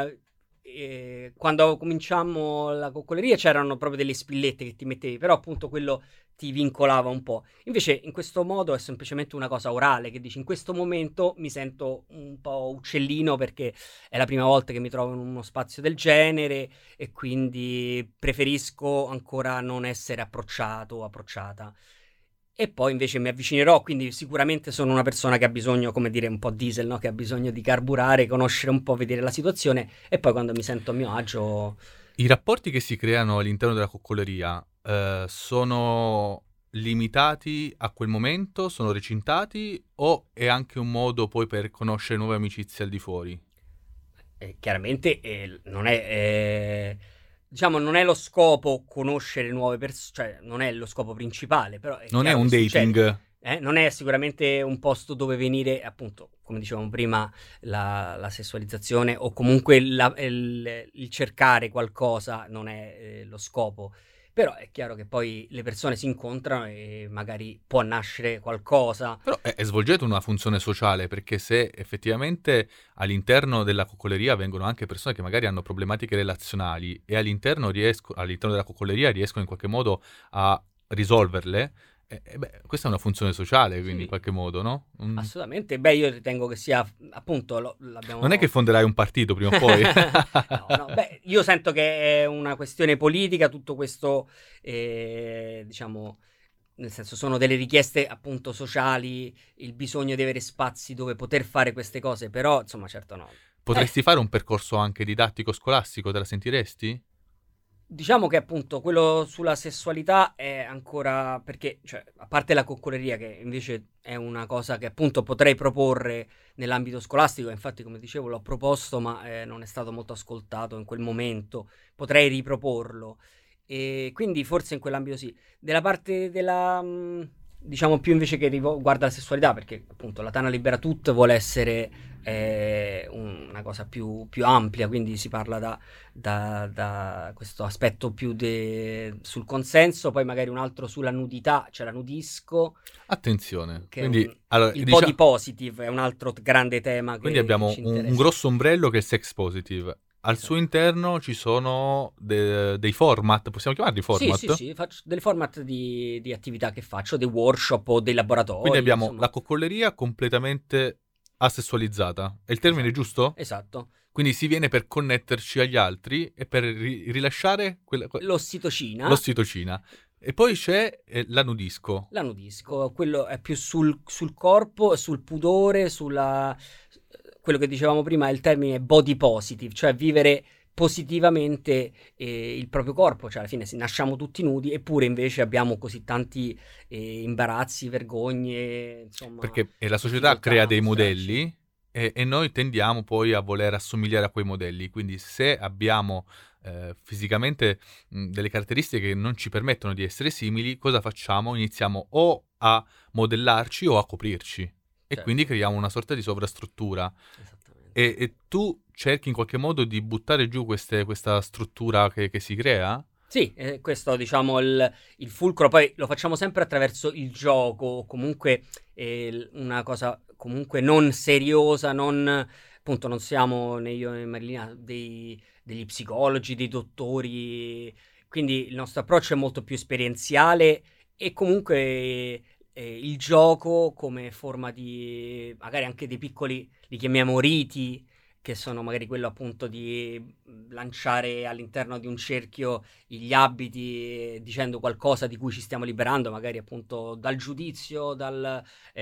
quando cominciammo la coccoleria c'erano proprio delle spillette che ti mettevi, però appunto quello ti vincolava un po'. Invece in questo modo è semplicemente una cosa orale, che dici: in questo momento mi sento un po' uccellino perché è la prima volta che mi trovo in uno spazio del genere, e quindi preferisco ancora non essere approcciato o approcciata. E poi invece mi avvicinerò, quindi sicuramente sono una persona che ha bisogno, come dire, un po' diesel, no? Che ha bisogno di carburare, conoscere un po', vedere la situazione, e poi quando mi sento a mio agio. I rapporti che si creano all'interno della coccoleria sono limitati a quel momento, sono recintati, o è anche un modo poi per conoscere nuove amicizie al di fuori? Chiaramente non è, diciamo, non è lo scopo conoscere nuove persone, cioè non è lo scopo principale, però è Non è chiaro un che succede. dating? Non è sicuramente un posto dove venire, appunto, come dicevamo prima, la sessualizzazione, o comunque il cercare qualcosa non è lo scopo. Però è chiaro che poi le persone si incontrano e magari può nascere qualcosa. Però svolgete una funzione sociale, perché se effettivamente all'interno della coccoleria vengono anche persone che magari hanno problematiche relazionali e all'interno della coccoleria riescono in qualche modo a risolverle, questa è una funzione sociale, quindi in Sì, qualche modo, no? assolutamente. Beh, io ritengo che sia appunto l'abbiamo. Non è che fonderai un partito prima o poi. No, no, beh, io sento che è una questione politica, tutto questo, diciamo, nel senso sono delle richieste appunto sociali, il bisogno di avere spazi dove poter fare queste cose, però insomma, certo no. Potresti fare un percorso anche didattico scolastico, te la sentiresti? Diciamo che appunto quello sulla sessualità è ancora perché, cioè, a parte la coccoleria che invece è una cosa che appunto potrei proporre nell'ambito scolastico, infatti come dicevo l'ho proposto ma non è stato molto ascoltato in quel momento, potrei riproporlo e quindi forse in quell'ambito sì. Della parte della, diciamo più invece che riguarda la sessualità, perché appunto la Tana Libera Tut vuole essere una cosa più ampia, quindi si parla da questo aspetto più sul consenso, poi magari un altro sulla nudità, c'è la nudisco, Attenzione, che è quindi allora, il body positive è un altro grande tema quindi che abbiamo ci un interessa. grosso ombrello che è il sex positive. Al Esatto. suo interno ci sono dei format, possiamo chiamarli format? Sì, faccio dei format di attività che faccio, dei workshop o dei laboratori. Quindi abbiamo insomma. la coccolleria completamente asessualizzata. È il termine Esatto. giusto? Esatto. Quindi si viene per connetterci agli altri e per rilasciare L'ossitocina. l'ossitocina. E poi c'è la nudisco. La nudisco, quello è più sul corpo, sul pudore, quello che dicevamo prima, il termine body positive, cioè vivere positivamente il proprio corpo, cioè alla fine nasciamo tutti nudi, eppure invece abbiamo così tanti imbarazzi, vergogne, insomma. Perché la società difficoltà crea a dei mostrarci. modelli e noi tendiamo poi a voler assomigliare a quei modelli. Quindi se abbiamo fisicamente delle caratteristiche che non ci permettono di essere simili, cosa facciamo? Iniziamo o a modellarci o a coprirci. E Certo. quindi creiamo una sorta di sovrastruttura. Esattamente. E tu cerchi in qualche modo di buttare giù questa struttura che si crea? Sì, questo diciamo il fulcro, poi lo facciamo sempre attraverso il gioco, comunque una cosa comunque non seriosa, appunto non siamo né io né Marilina degli psicologi, dei dottori, quindi il nostro approccio è molto più esperienziale e comunque il gioco come forma di, magari anche dei piccoli, li chiamiamo riti, che sono magari quello appunto di lanciare all'interno di un cerchio gli abiti dicendo qualcosa di cui ci stiamo liberando, magari appunto dal giudizio, dal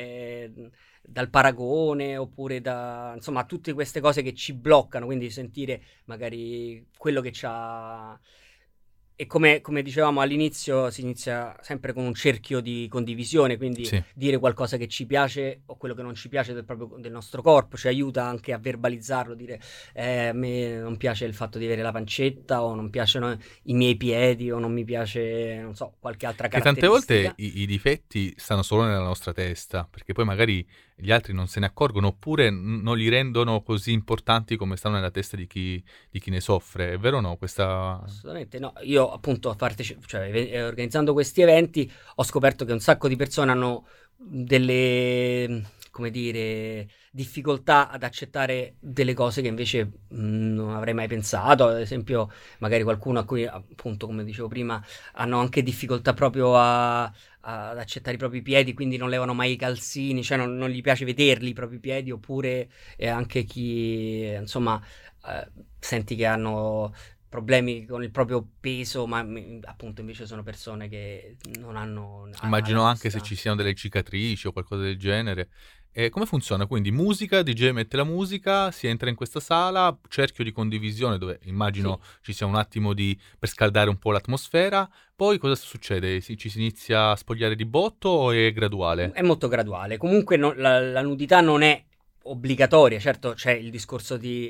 paragone, oppure insomma tutte queste cose che ci bloccano, quindi sentire magari quello che c'ha. E come dicevamo all'inizio, si inizia sempre con un cerchio di condivisione, quindi Sì. dire qualcosa che ci piace o quello che non ci piace del nostro corpo, ci aiuta anche a verbalizzarlo, dire a me non piace il fatto di avere la pancetta o non piacciono i miei piedi o non mi piace, non so, qualche altra Che tante caratteristica. volte i difetti stanno solo nella nostra testa, perché poi magari gli altri non se ne accorgono oppure non li rendono così importanti come stanno nella testa di chi ne soffre. È vero o no? Assolutamente no, io appunto organizzando questi eventi ho scoperto che un sacco di persone hanno delle, come dire, difficoltà ad accettare delle cose che invece non avrei mai pensato, ad esempio magari qualcuno a cui appunto come dicevo prima hanno anche difficoltà proprio ad accettare i propri piedi, quindi non levano mai i calzini, cioè non gli piace vederli i propri piedi, oppure anche chi insomma senti che hanno problemi con il proprio peso, ma appunto invece sono persone che non hanno Immagino alla anche se nostra. ci siano delle cicatrici o qualcosa del genere. E come funziona? Quindi musica, DJ mette la musica, si entra in questa sala, cerchio di condivisione dove immagino Sì. ci sia un attimo per scaldare un po' l'atmosfera, poi cosa succede? Ci si inizia a spogliare di botto o è graduale? È molto graduale. Comunque la nudità non è obbligatoria, certo c'è il discorso di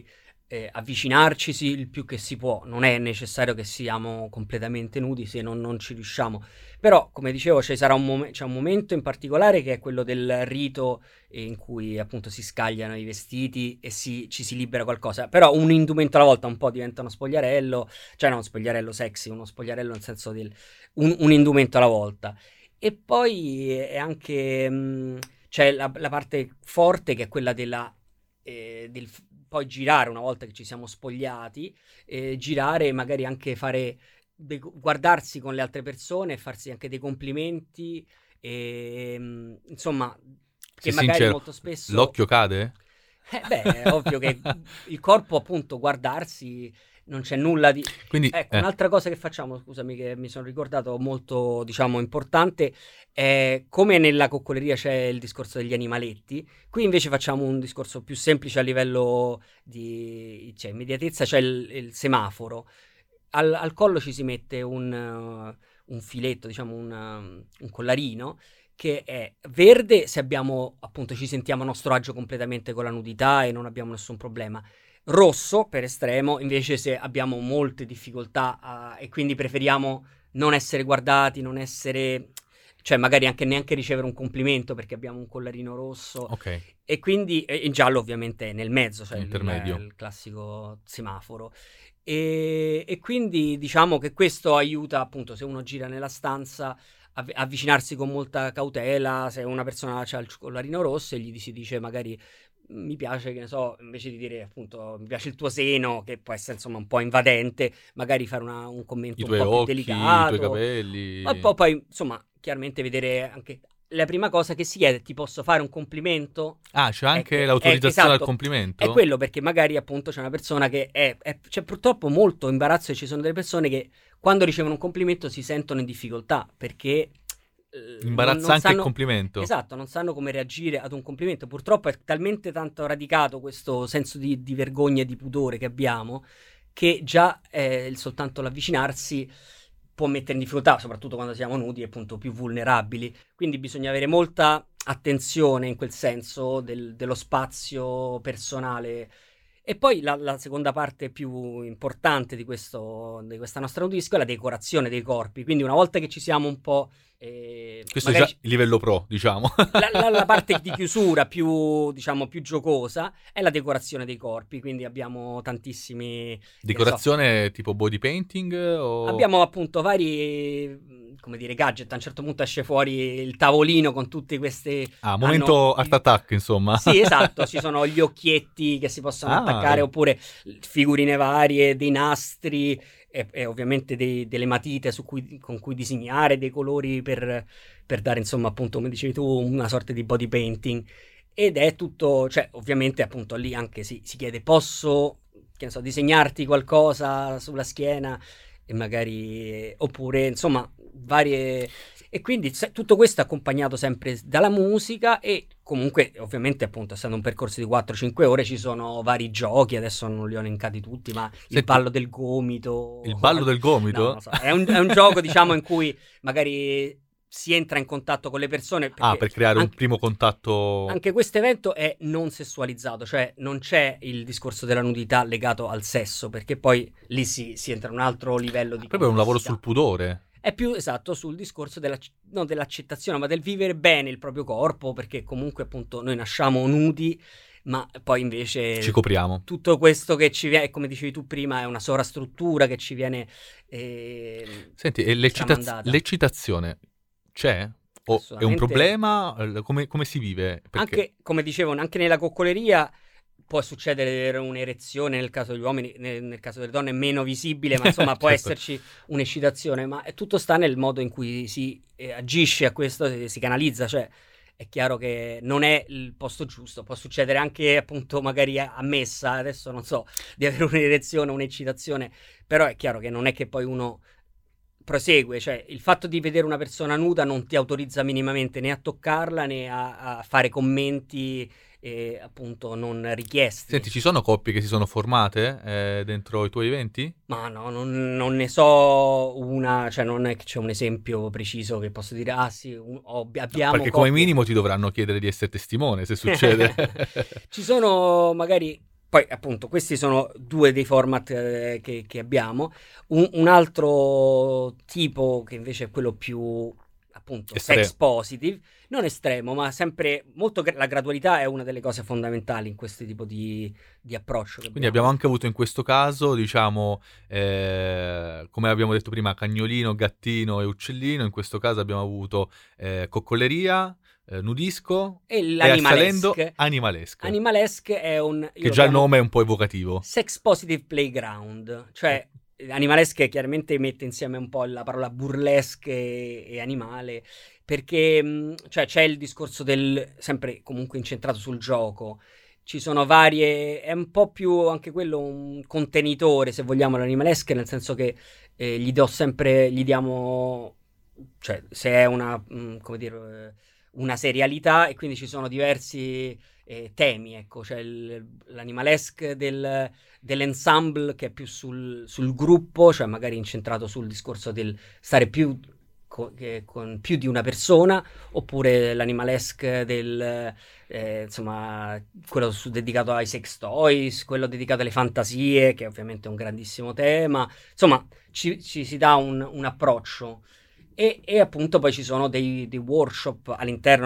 avvicinarci il più che si può. Non è necessario che siamo completamente nudi se non ci riusciamo. Però, come dicevo, c'è un momento in particolare che è quello del rito in cui appunto si scagliano i vestiti e ci si libera qualcosa. Però un indumento alla volta un po' diventa uno spogliarello, cioè non uno spogliarello sexy, uno spogliarello nel senso del un indumento alla volta. E poi è anche c'è la parte forte che è quella del poi girare una volta che ci siamo spogliati, girare e magari anche fare guardarsi con le altre persone e farsi anche dei complimenti insomma, che Sì, magari sincero, molto spesso l'occhio cade? beh, è ovvio che il corpo, appunto, guardarsi, non c'è nulla di... Quindi, Ecco, un'altra cosa che facciamo, scusami che mi sono ricordato, molto, diciamo, importante, è come nella coccoleria c'è il discorso degli animaletti, qui invece facciamo un discorso più semplice a livello di immediatezza, c'è il semaforo. Al collo ci si mette un filetto, diciamo un collarino, che è verde se abbiamo, appunto, ci sentiamo a nostro agio completamente con la nudità e non abbiamo nessun problema. Rosso, per estremo, invece se abbiamo molte difficoltà e quindi preferiamo non essere guardati, non essere... cioè magari anche neanche ricevere un complimento perché abbiamo un collarino rosso. Ok, E quindi il giallo ovviamente è nel mezzo, cioè intermedio. il classico semaforo. E quindi diciamo che questo aiuta, appunto, se uno gira nella stanza, avvicinarsi con molta cautela. Se una persona ha il collarino rosso e gli si dice magari mi piace, che ne so, invece di dire appunto mi piace il tuo seno, che può essere insomma un po' invadente, magari fare un commento I un tuoi po' più occhi, i tuoi delicato, capelli. ma poi insomma chiaramente vedere anche la prima cosa che si chiede: ti posso fare un complimento? Ah, c'è anche Ecco, l'autorizzazione al esatto, complimento? è quello, perché magari appunto c'è una persona che c'è purtroppo molto imbarazzo e ci sono delle persone che quando ricevono un complimento si sentono in difficoltà perché Imbarazza non anche il sanno, complimento. esatto, non sanno come reagire ad un complimento. Purtroppo è talmente tanto radicato questo senso di vergogna e di pudore che abbiamo, che già soltanto l'avvicinarsi può mettere in difficoltà, soprattutto quando siamo nudi e appunto più vulnerabili. Quindi bisogna avere molta attenzione in quel senso dello spazio personale. E poi la seconda parte più importante di questa nostra nudisco è la decorazione dei corpi. Quindi una volta che ci siamo un po'... Questo è magari già il livello pro, diciamo. la parte di chiusura più, diciamo, più giocosa è la decorazione dei corpi. Quindi abbiamo tantissimi... che ne so, Decorazione tipo body painting o... abbiamo appunto vari, come dire, gadget. A un certo punto esce fuori il tavolino con tutte queste... Ah, momento hanno Art Attack, insomma. Sì, esatto, ci sono gli occhietti che si possono attaccare, oppure figurine varie, dei nastri e ovviamente delle matite con cui disegnare, dei colori per dare, insomma, appunto, come dicevi tu, una sorta di body painting. Ed è tutto, cioè, ovviamente, appunto, lì anche si chiede: posso, che ne so, disegnarti qualcosa sulla schiena? E magari, oppure, insomma, varie... E quindi tutto questo accompagnato sempre dalla musica e comunque, ovviamente, appunto, essendo un percorso di 4-5 ore, ci sono vari giochi. Adesso non li ho elencati tutti, ma il ballo del gomito... Il ballo del gomito? No, non lo so. È un gioco, diciamo, in cui magari si entra in contatto con le persone. Per creare un primo contatto... Anche questo evento è non sessualizzato, cioè non c'è il discorso della nudità legato al sesso, perché poi lì si entra in un altro livello di Proprio è un lavoro complessità. sul pudore. È più esatto sul discorso non dell'accettazione, ma del vivere bene il proprio corpo, perché comunque appunto noi nasciamo nudi, ma poi invece Ci copriamo. tutto questo che ci viene, come dicevi tu prima, è una sovrastruttura che ci viene Senti, e tramandata. l'eccitazione c'è? O è un Assolutamente. problema? Come si vive? Perché... Anche, come dicevo, anche nella coccoleria può succedere un'erezione nel caso degli uomini, nel caso delle donne è meno visibile, ma insomma può Certo. esserci un'eccitazione, ma tutto sta nel modo in cui si agisce a questo, si canalizza, cioè è chiaro che non è il posto giusto. Può succedere anche, appunto, magari a messa, adesso non so, di avere un'erezione, un'eccitazione, però è chiaro che non è che poi uno prosegue, cioè il fatto di vedere una persona nuda non ti autorizza minimamente né a toccarla né a fare commenti appunto non richiesti. Senti, ci sono coppie che si sono formate dentro i tuoi eventi? Ma no, non ne so una, cioè non è che c'è un esempio preciso che posso dire, ah sì, abbiamo Perché come coppie. minimo ti dovranno chiedere di essere testimone se succede. Ci sono magari Poi appunto questi sono due dei format che abbiamo. Un altro tipo che invece è quello più appunto Estremo. sex positive, non estremo, ma sempre molto la gradualità è una delle cose fondamentali in questo tipo di approccio che Quindi abbiamo anche avuto in questo caso, diciamo, come abbiamo detto prima, cagnolino, gattino e uccellino. In questo caso abbiamo avuto coccoleria, nudisco e e salendo l'animalesque. animalesque. Animalesque è Che già il nome è un po' evocativo. sex positive playground, cioè animalesche chiaramente mette insieme un po' la parola burlesque e animale, perché cioè, c'è il discorso del sempre comunque incentrato sul gioco. Ci sono varie, è un po' più anche quello un contenitore, se vogliamo, l'animalesche, nel senso che gli diamo, cioè se è come dire, una serialità, e quindi ci sono diversi temi, ecco, c'è l'animalesque dell'ensemble che è più sul gruppo, cioè magari incentrato sul discorso del stare più con più di una persona, oppure l'animalesque insomma, quello dedicato ai sex toys, quello dedicato alle fantasie, che ovviamente è un grandissimo tema. Insomma, ci si dà un approccio. E appunto poi ci sono dei workshop all'interno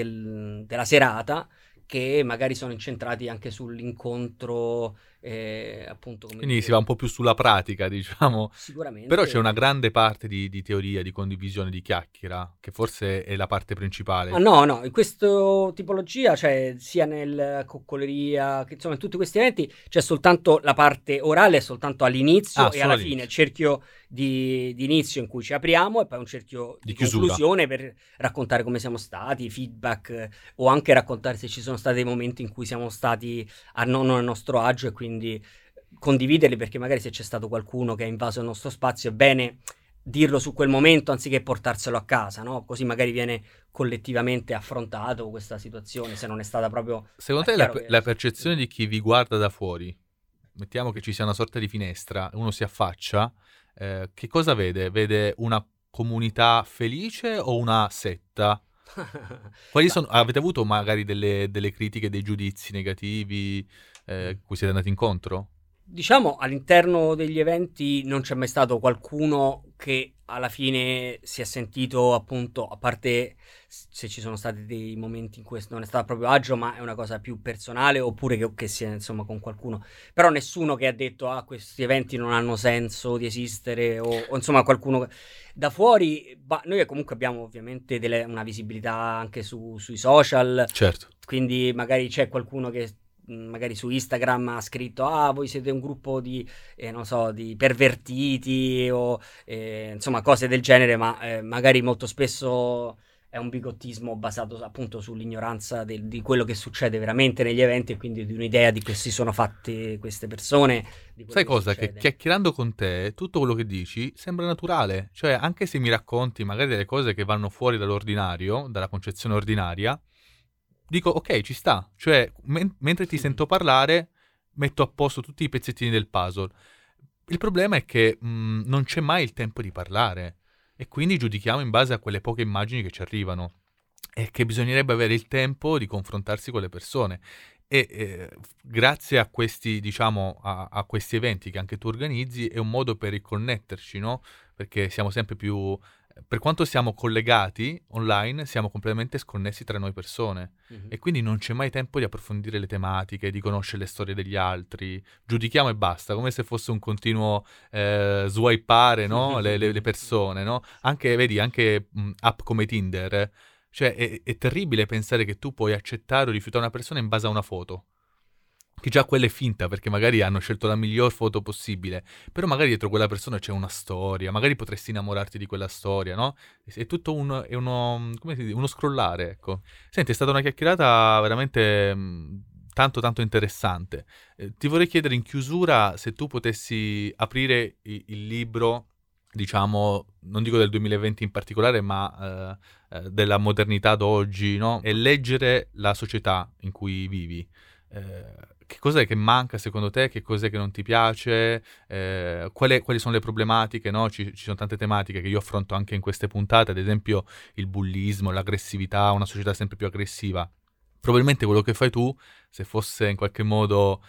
della serata che magari sono incentrati anche sull'incontro, appunto, come Quindi si dicevo. va un po' più sulla pratica, diciamo. Sicuramente. Però c'è una grande parte di teoria, di condivisione, di chiacchiera, che forse è la parte principale. Ah, no, in questa tipologia, cioè sia nel coccoleria che insomma in tutti questi eventi c'è soltanto la parte orale, soltanto all'inizio e solo alla all'inizio. fine, il cerchio di inizio in cui ci apriamo e poi un cerchio Di di chiusura. conclusione per raccontare come siamo stati, feedback, o anche raccontare se ci sono stati dei momenti in cui siamo stati non a nostro agio e quindi condividerli, perché magari se c'è stato qualcuno che ha invaso il nostro spazio è bene dirlo su quel momento anziché portarselo a casa, no? Così magari viene collettivamente affrontato questa situazione, se non è stata proprio... Secondo te chiaro che- la percezione di chi vi guarda da fuori, mettiamo che ci sia una sorta di finestra, uno si affaccia, che cosa vede? Vede una comunità felice o una setta? Quali Ma- sono, avete avuto magari delle critiche, dei giudizi negativi cui siete andati incontro? Diciamo, all'interno degli eventi non c'è mai stato qualcuno che alla fine si è sentito, appunto, a parte se ci sono stati dei momenti in cui non è stato proprio agio, ma è una cosa più personale, oppure che sia, insomma, con qualcuno. Però nessuno che ha detto, questi eventi non hanno senso di esistere, o insomma qualcuno... Da fuori, noi comunque abbiamo ovviamente una visibilità anche sui social, Certo. quindi magari c'è qualcuno che magari su Instagram ha scritto voi siete un gruppo di non so, di pervertiti o insomma cose del genere, ma magari molto spesso è un bigottismo basato appunto sull'ignoranza di quello che succede veramente negli eventi, e quindi di un'idea di che si sono fatte queste persone, di quello Sai cosa? Che succede. chiacchierando con te, tutto quello che dici sembra naturale. Cioè, anche se mi racconti magari delle cose che vanno fuori dall'ordinario, dalla concezione ordinaria, dico, ok, ci sta. Cioè, mentre ti sento parlare, metto a posto tutti i pezzettini del puzzle. Il problema è che non c'è mai il tempo di parlare e quindi giudichiamo in base a quelle poche immagini che ci arrivano. E che bisognerebbe avere il tempo di confrontarsi con le persone. E grazie a questi, diciamo, a questi eventi che anche tu organizzi, è un modo per riconnetterci, no? Perché siamo sempre più... Per quanto siamo collegati online, siamo completamente sconnessi tra noi persone. Mhm. E quindi non c'è mai tempo di approfondire le tematiche, di conoscere le storie degli altri. Giudichiamo e basta, come se fosse un continuo swipeare, no? le persone, no? Anche, vedi, anche app come Tinder. Cioè, è terribile pensare che tu puoi accettare o rifiutare una persona in base a una foto. Che già quella è finta, perché magari hanno scelto la miglior foto possibile. Però magari dietro quella persona c'è una storia, magari potresti innamorarti di quella storia, no? È tutto come si dice, uno scrollare, ecco. Senti, è stata una chiacchierata veramente tanto tanto interessante. Ti vorrei chiedere in chiusura se tu potessi aprire il libro, diciamo, non dico del 2020 in particolare, ma della modernità d'oggi, no? E leggere la società in cui vivi. Che cos'è che manca secondo te? Che cos'è che non ti piace? Quali sono le problematiche? No? Ci sono tante tematiche che io affronto anche in queste puntate, ad esempio il bullismo, l'aggressività, una società sempre più aggressiva. probabilmente quello che fai tu, se fosse in qualche modo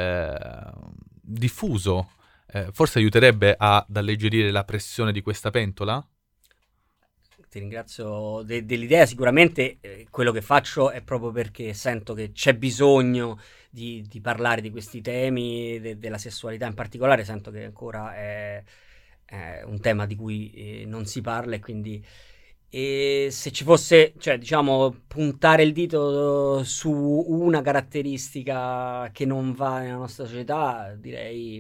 diffuso, forse aiuterebbe ad alleggerire la pressione di questa pentola? Ti ringrazio dell'idea, sicuramente quello che faccio è proprio perché sento che c'è bisogno di parlare di questi temi, della sessualità in particolare, sento che ancora è un tema di cui non si parla, e quindi se ci fosse, cioè diciamo, puntare il dito su una caratteristica che non va nella nostra società, direi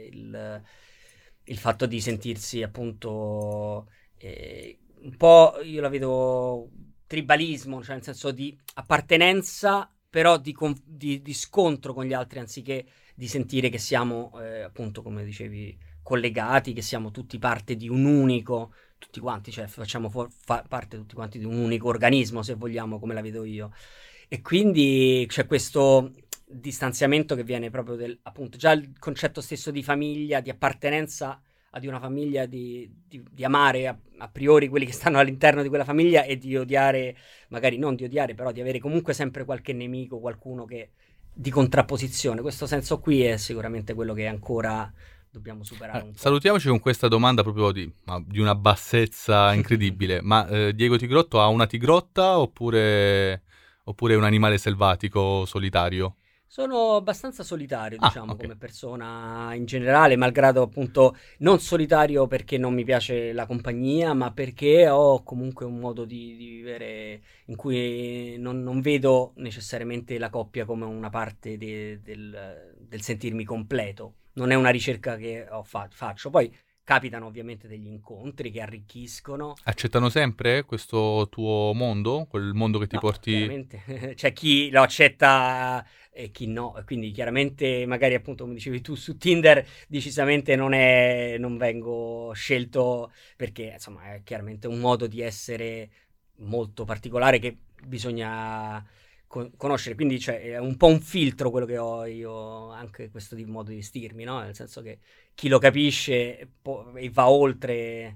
il fatto di sentirsi appunto un po', io la vedo tribalismo, cioè nel senso di appartenenza, però di scontro con gli altri, anziché di sentire che siamo appunto, come dicevi, collegati, che siamo tutti parte di un unico, tutti quanti, cioè facciamo parte tutti quanti di un unico organismo, se vogliamo, come la vedo io. E quindi c'è questo distanziamento che viene proprio appunto, già il concetto stesso di famiglia, di appartenenza ad una famiglia, di amare a priori quelli che stanno all'interno di quella famiglia, e di odiare, magari non di odiare, però di avere comunque sempre qualche nemico, qualcuno che di contrapposizione. Questo senso qui è sicuramente quello che ancora dobbiamo superare un po'. Salutiamoci con questa domanda proprio di una bassezza incredibile. Ma Diego Tigrotto ha una tigrotta oppure è un animale selvatico solitario? Sono abbastanza solitario, diciamo, ok. come persona in generale, malgrado appunto non solitario perché non mi piace la compagnia, ma perché ho comunque un modo di vivere in cui non vedo necessariamente la coppia come una parte del sentirmi completo. Non è una ricerca che faccio. Poi capitano ovviamente degli incontri che arricchiscono. Accettano sempre questo tuo mondo? Quel mondo che ti No, porti... chiaramente c'è chi lo accetta e chi no, e quindi chiaramente magari appunto come dicevi tu su Tinder decisamente non vengo scelto, perché insomma è chiaramente un modo di essere molto particolare che bisogna conoscere, quindi cioè, è un po' un filtro quello che ho io, anche questo di modo di vestirmi, no? Nel senso che chi lo capisce e va oltre,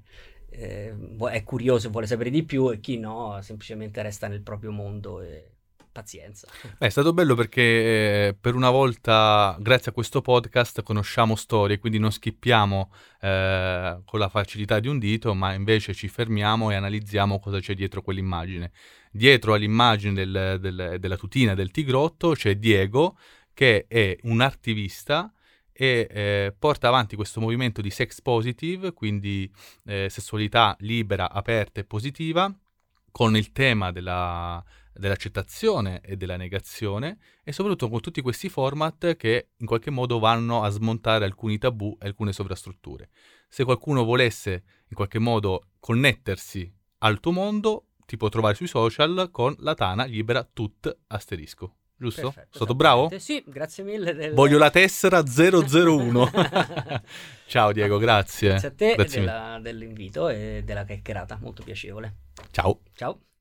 è curioso e vuole sapere di più, e chi no semplicemente resta nel proprio mondo e pazienza. È stato bello perché per una volta, grazie a questo podcast, conosciamo storie, quindi non schippiamo con la facilità di un dito, ma invece ci fermiamo e analizziamo cosa c'è dietro quell'immagine. Dietro all'immagine della tutina del tigrotto c'è Diego, che è un attivista e porta avanti questo movimento di sex positive, quindi sessualità libera, aperta e positiva, con il tema dell'accettazione e della negazione, e soprattutto con tutti questi format che in qualche modo vanno a smontare alcuni tabù e alcune sovrastrutture. Se qualcuno volesse in qualche modo connettersi al tuo mondo, ti può trovare sui social con la Tana Libera Tut ***, giusto? Perfetto, Stato bravo? sì, grazie mille Voglio la tessera 001. Ciao Diego, grazie. Grazie a te Grazie mille. dell'invito e della chiacchierata, molto piacevole. Ciao. Ciao.